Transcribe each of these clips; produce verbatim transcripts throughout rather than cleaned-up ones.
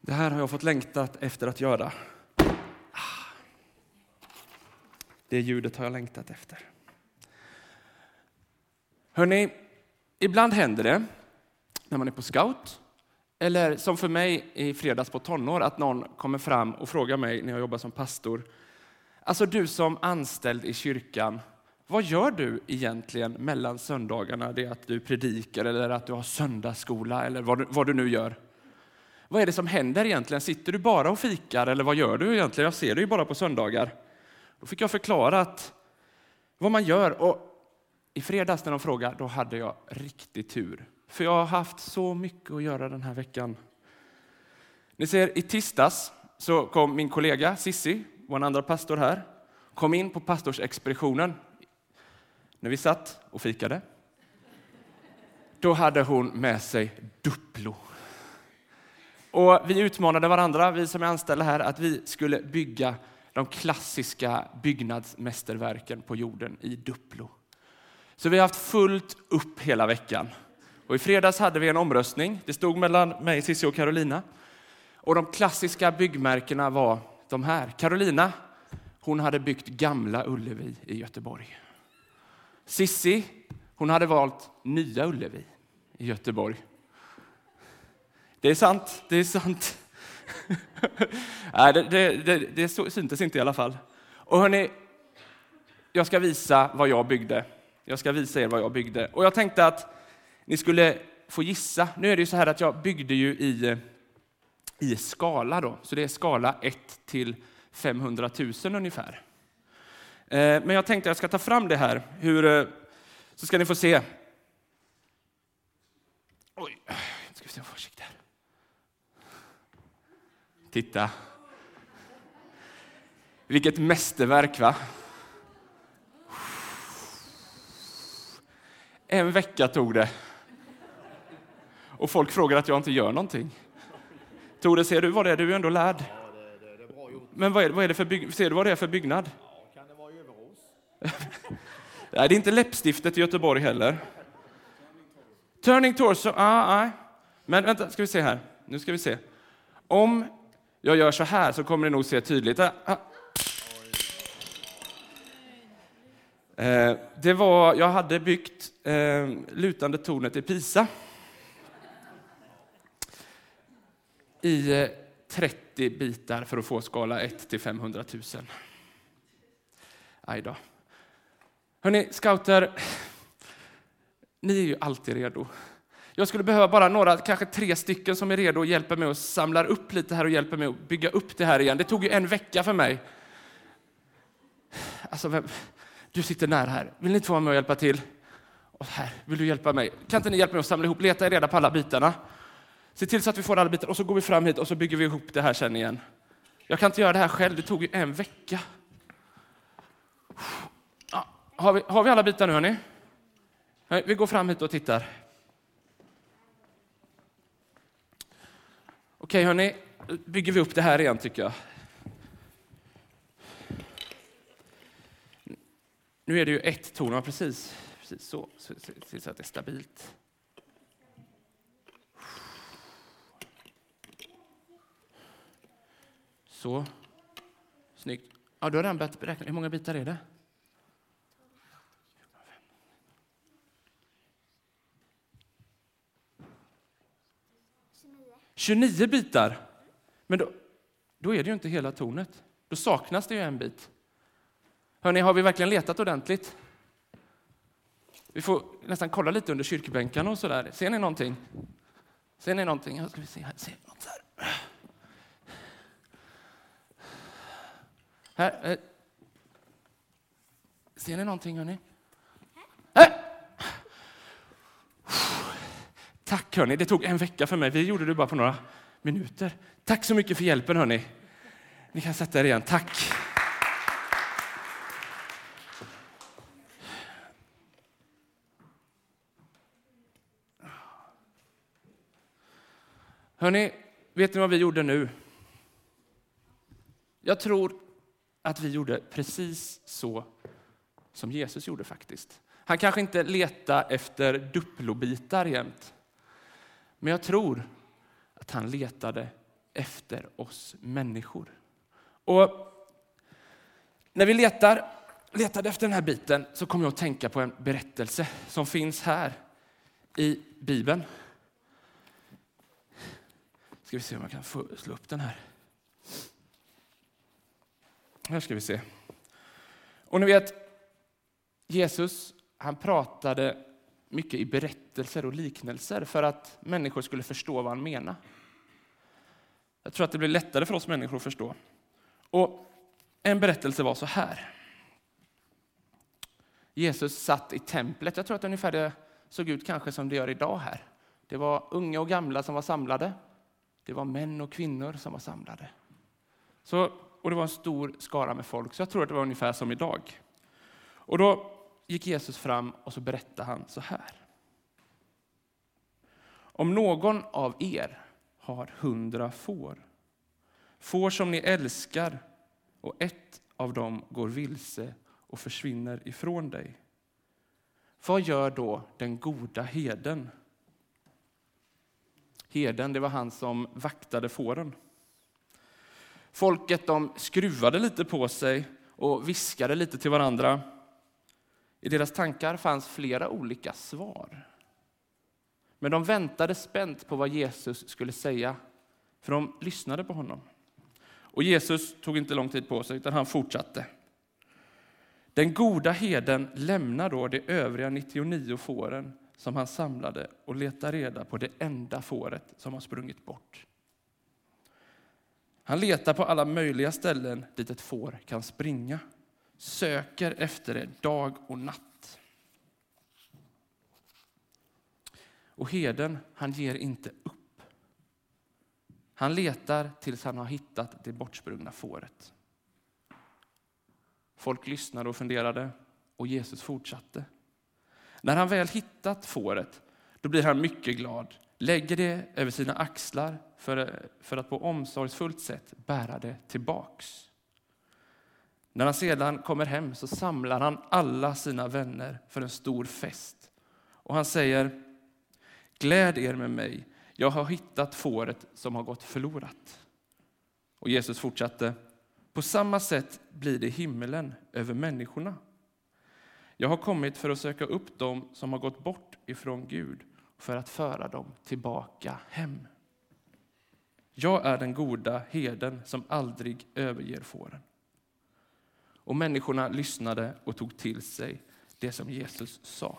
Det här har jag fått längtat efter att göra. Det ljudet har jag längtat efter. Hörrni, ibland händer det när man är på scout, eller som för mig i fredags på tonår, att någon kommer fram och frågar mig när jag jobbar som pastor. Alltså du som anställd i kyrkan, vad gör du egentligen mellan söndagarna? Det är att du predikar eller att du har söndagsskola eller vad du, vad du nu gör. Vad är det som händer egentligen? Sitter du bara och fikar eller vad gör du egentligen? Jag ser det ju bara på söndagar. Då fick jag förklara att vad man gör. Och i fredags när de frågade, då hade jag riktigt tur. För jag har haft så mycket att göra den här veckan. Ni ser, i tisdags så kom min kollega Sissi, vår andra pastor här, kom in på pastorsexpeditionen. När vi satt och fikade, då hade hon med sig Duplo. Och vi utmanade varandra, vi som är anställda här, att vi skulle bygga de klassiska byggnadsmästerverken på jorden i Duplo. Så vi har haft fullt upp hela veckan. Och i fredags hade vi en omröstning. Det stod mellan mig, Sissi och Carolina. Och de klassiska byggmärkena var de här. Carolina, hon hade byggt Gamla Ullevi i Göteborg. Sissi, hon hade valt Nya Ullevi i Göteborg. Det är sant, det är sant. Nej, det, det, det, det syntes inte i alla fall. Och hörni, jag ska visa vad jag byggde. Jag ska visa er vad jag byggde. Och jag tänkte att ni skulle få gissa. Nu är det ju så här att jag byggde ju i, i skala då. Så det är skala ett till femhundratusen ungefär. Eh, men jag tänkte att jag ska ta fram det här. Hur, så ska ni få se. Oj, ska vi se försiktigt här. Titta. Vilket mästerverk, va? En vecka tog det. Och folk frågar att jag inte gör någonting. Tore, ser du vad det är? Du är ändå lärd. Ja, det, det, det är bra gjort. Men vad är, vad är det för bygg... ser du vad det är för byggnad? Ja, kan det vara Överås? Nej, det är inte läppstiftet i Göteborg heller. Turning Torso, ah, nej. Men vänta, ska vi se här. Nu ska vi se. Om jag gör så här så kommer det nog se tydligt. Ah, ah. Eh, det var, jag hade byggt eh, lutande tornet i Pisa. I eh, trettio bitar för att få skala ett till femhundratusen. Aj då. Hörrni, scouter, ni är ju alltid redo. Jag skulle behöva bara några, kanske tre stycken som är redo och hjälper mig och samlar upp lite här och hjälper mig att bygga upp det här igen. Det tog ju en vecka för mig. Alltså, vem, du sitter nära här. Vill ni inte få vara med och hjälpa till? Och här, vill du hjälpa mig? Kan inte ni hjälpa mig att samla ihop, leta reda på alla bitarna? Se till så att vi får alla bitar och så går vi fram hit och så bygger vi ihop det här sen igen. Jag kan inte göra det här själv, det tog ju en vecka. Ja, har, vi, har vi alla bitar nu, hörni? Vi går fram hit och tittar. Okej, hörni, bygger vi upp det här igen tycker jag. Nu är det ju ett torn, precis, precis så, så, så, så att det är stabilt. Så, snyggt. Ja, du har redan börjat beräkna. Hur många bitar är det? tjugonio bitar. Men då, då är det ju inte hela tornet. Då saknas det ju en bit. Hörrni, har vi verkligen letat ordentligt? Vi får nästan kolla lite under kyrkbänkarna och sådär. Ser ni någonting? Ser ni någonting? Ja, ska vi se här. Ser ni något här? Här. Eh. Ser ni någonting, hörni? Äh. Tack, hörni. Det tog en vecka för mig. Vi gjorde det bara på några minuter. Tack så mycket för hjälpen, hörni. Ni kan sätta er igen. Tack. Hörrni, vet ni vad vi gjorde nu? Jag tror att vi gjorde precis så som Jesus gjorde faktiskt. Han kanske inte letade efter duplobitar jämt. Men jag tror att han letade efter oss människor. Och när vi letar, letade efter den här biten så kommer jag att tänka på en berättelse som finns här i Bibeln. Ska vi se om jag kan få slå upp den här. Här ska vi se. Och ni vet, Jesus, han pratade mycket i berättelser och liknelser för att människor skulle förstå vad han menar. Jag tror att det blir lättare för oss människor att förstå. Och en berättelse var så här. Jesus satt i templet. Jag tror att ungefär det såg ut kanske som det gör idag här. Det var unga och gamla som var samlade. Det var män och kvinnor som var samlade. Så, och det var en stor skara med folk. Så jag tror att det var ungefär som idag. Och då gick Jesus fram och så berättade han så här. Om någon av er har hundra får, får som ni älskar, och ett av dem går vilse och försvinner ifrån dig, vad gör då den goda herden? Herden, det var han som vaktade fåren. Folket, de skruvade lite på sig och viskade lite till varandra. I deras tankar fanns flera olika svar. Men de väntade spänt på vad Jesus skulle säga, för de lyssnade på honom. Och Jesus tog inte lång tid på sig, utan han fortsatte. Den goda herden lämnar då de övriga nittionio fåren som han samlade och letar reda på det enda fåret som har sprungit bort. Han letar på alla möjliga ställen dit ett får kan springa. Söker efter det dag och natt. Och herden, han ger inte upp. Han letar tills han har hittat det bortsprungna fåret. Folk lyssnade och funderade, och Jesus fortsatte. När han väl hittat fåret, då blir han mycket glad. Lägger det över sina axlar för, för att på omsorgsfullt sätt bära det tillbaks. När han sedan kommer hem så samlar han alla sina vänner för en stor fest. Och han säger: gläd er med mig, jag har hittat fåret som har gått förlorat. Och Jesus fortsatte: på samma sätt blir det himmelen över människorna. Jag har kommit för att söka upp dem som har gått bort ifrån Gud, för att föra dem tillbaka hem. Jag är den goda herden som aldrig överger fåren. Och människorna lyssnade och tog till sig det som Jesus sa.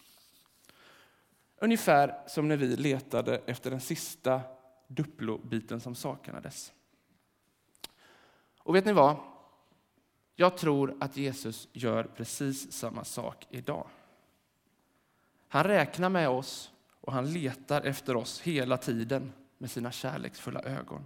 Ungefär som när vi letade efter den sista Duplo-biten som saknades. Och vet ni vad? Jag tror att Jesus gör precis samma sak idag. Han räknar med oss och han letar efter oss hela tiden med sina kärleksfulla ögon.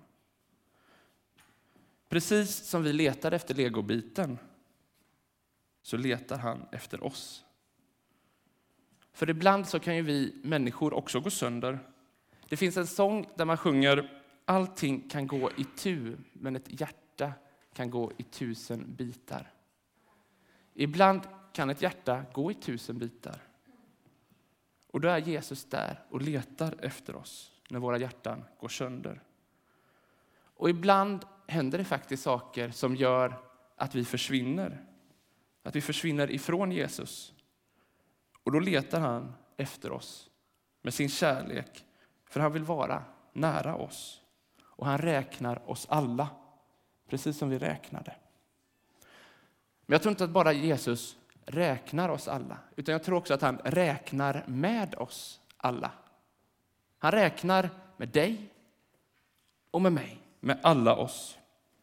Precis som vi letar efter legobiten så letar han efter oss. För ibland så kan ju vi människor också gå sönder. Det finns en sång där man sjunger: allting kan gå i tu, men ett hjärta kan gå i tusen bitar. Ibland kan ett hjärta gå i tusen bitar. Och då är Jesus där och letar efter oss när våra hjärtan går sönder. Och ibland händer det faktiskt saker som gör att vi försvinner. Att vi försvinner ifrån Jesus. Och då letar han efter oss med sin kärlek. För han vill vara nära oss. Och han räknar oss alla. Precis som vi räknade. Men jag tror inte att bara Jesus räknar oss alla. Utan jag tror också att han räknar med oss alla. Han räknar med dig och med mig. Med alla oss.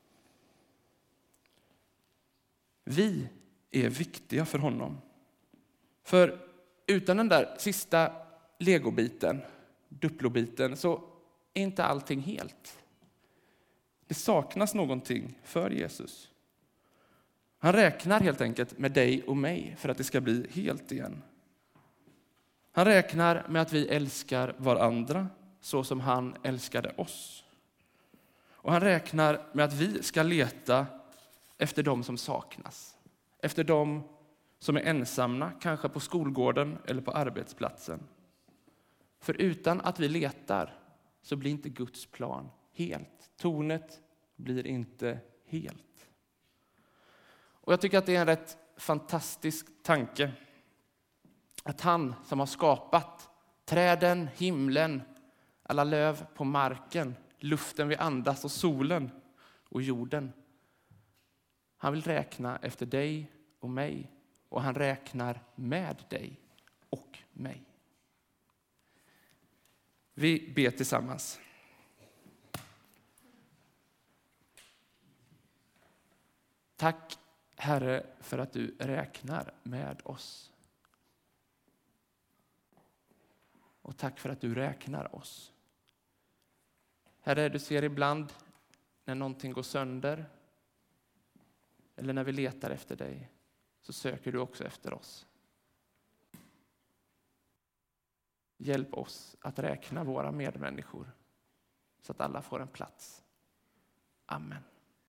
Vi är viktiga för honom. För utan den där sista legobiten, duplobiten, så är inte allting helt. Det saknas någonting för Jesus. Han räknar helt enkelt med dig och mig för att det ska bli helt igen. Han räknar med att vi älskar varandra så som han älskade oss. Och han räknar med att vi ska leta efter dem som saknas. Efter dem som är ensamma, kanske på skolgården eller på arbetsplatsen. För utan att vi letar så blir inte Guds plan helt. Tornet blir inte helt. Och jag tycker att det är en rätt fantastisk tanke. Att han som har skapat träden, himlen, alla löv på marken, luften vi andas och solen och jorden. Han vill räkna efter dig och mig, och han räknar med dig och mig. Vi ber tillsammans. Tack Herre för att du räknar med oss. Och tack för att du räknar oss. Herre, du ser ibland när någonting går sönder eller när vi letar efter dig, så söker du också efter oss. Hjälp oss att räkna våra medmänniskor så att alla får en plats. Amen.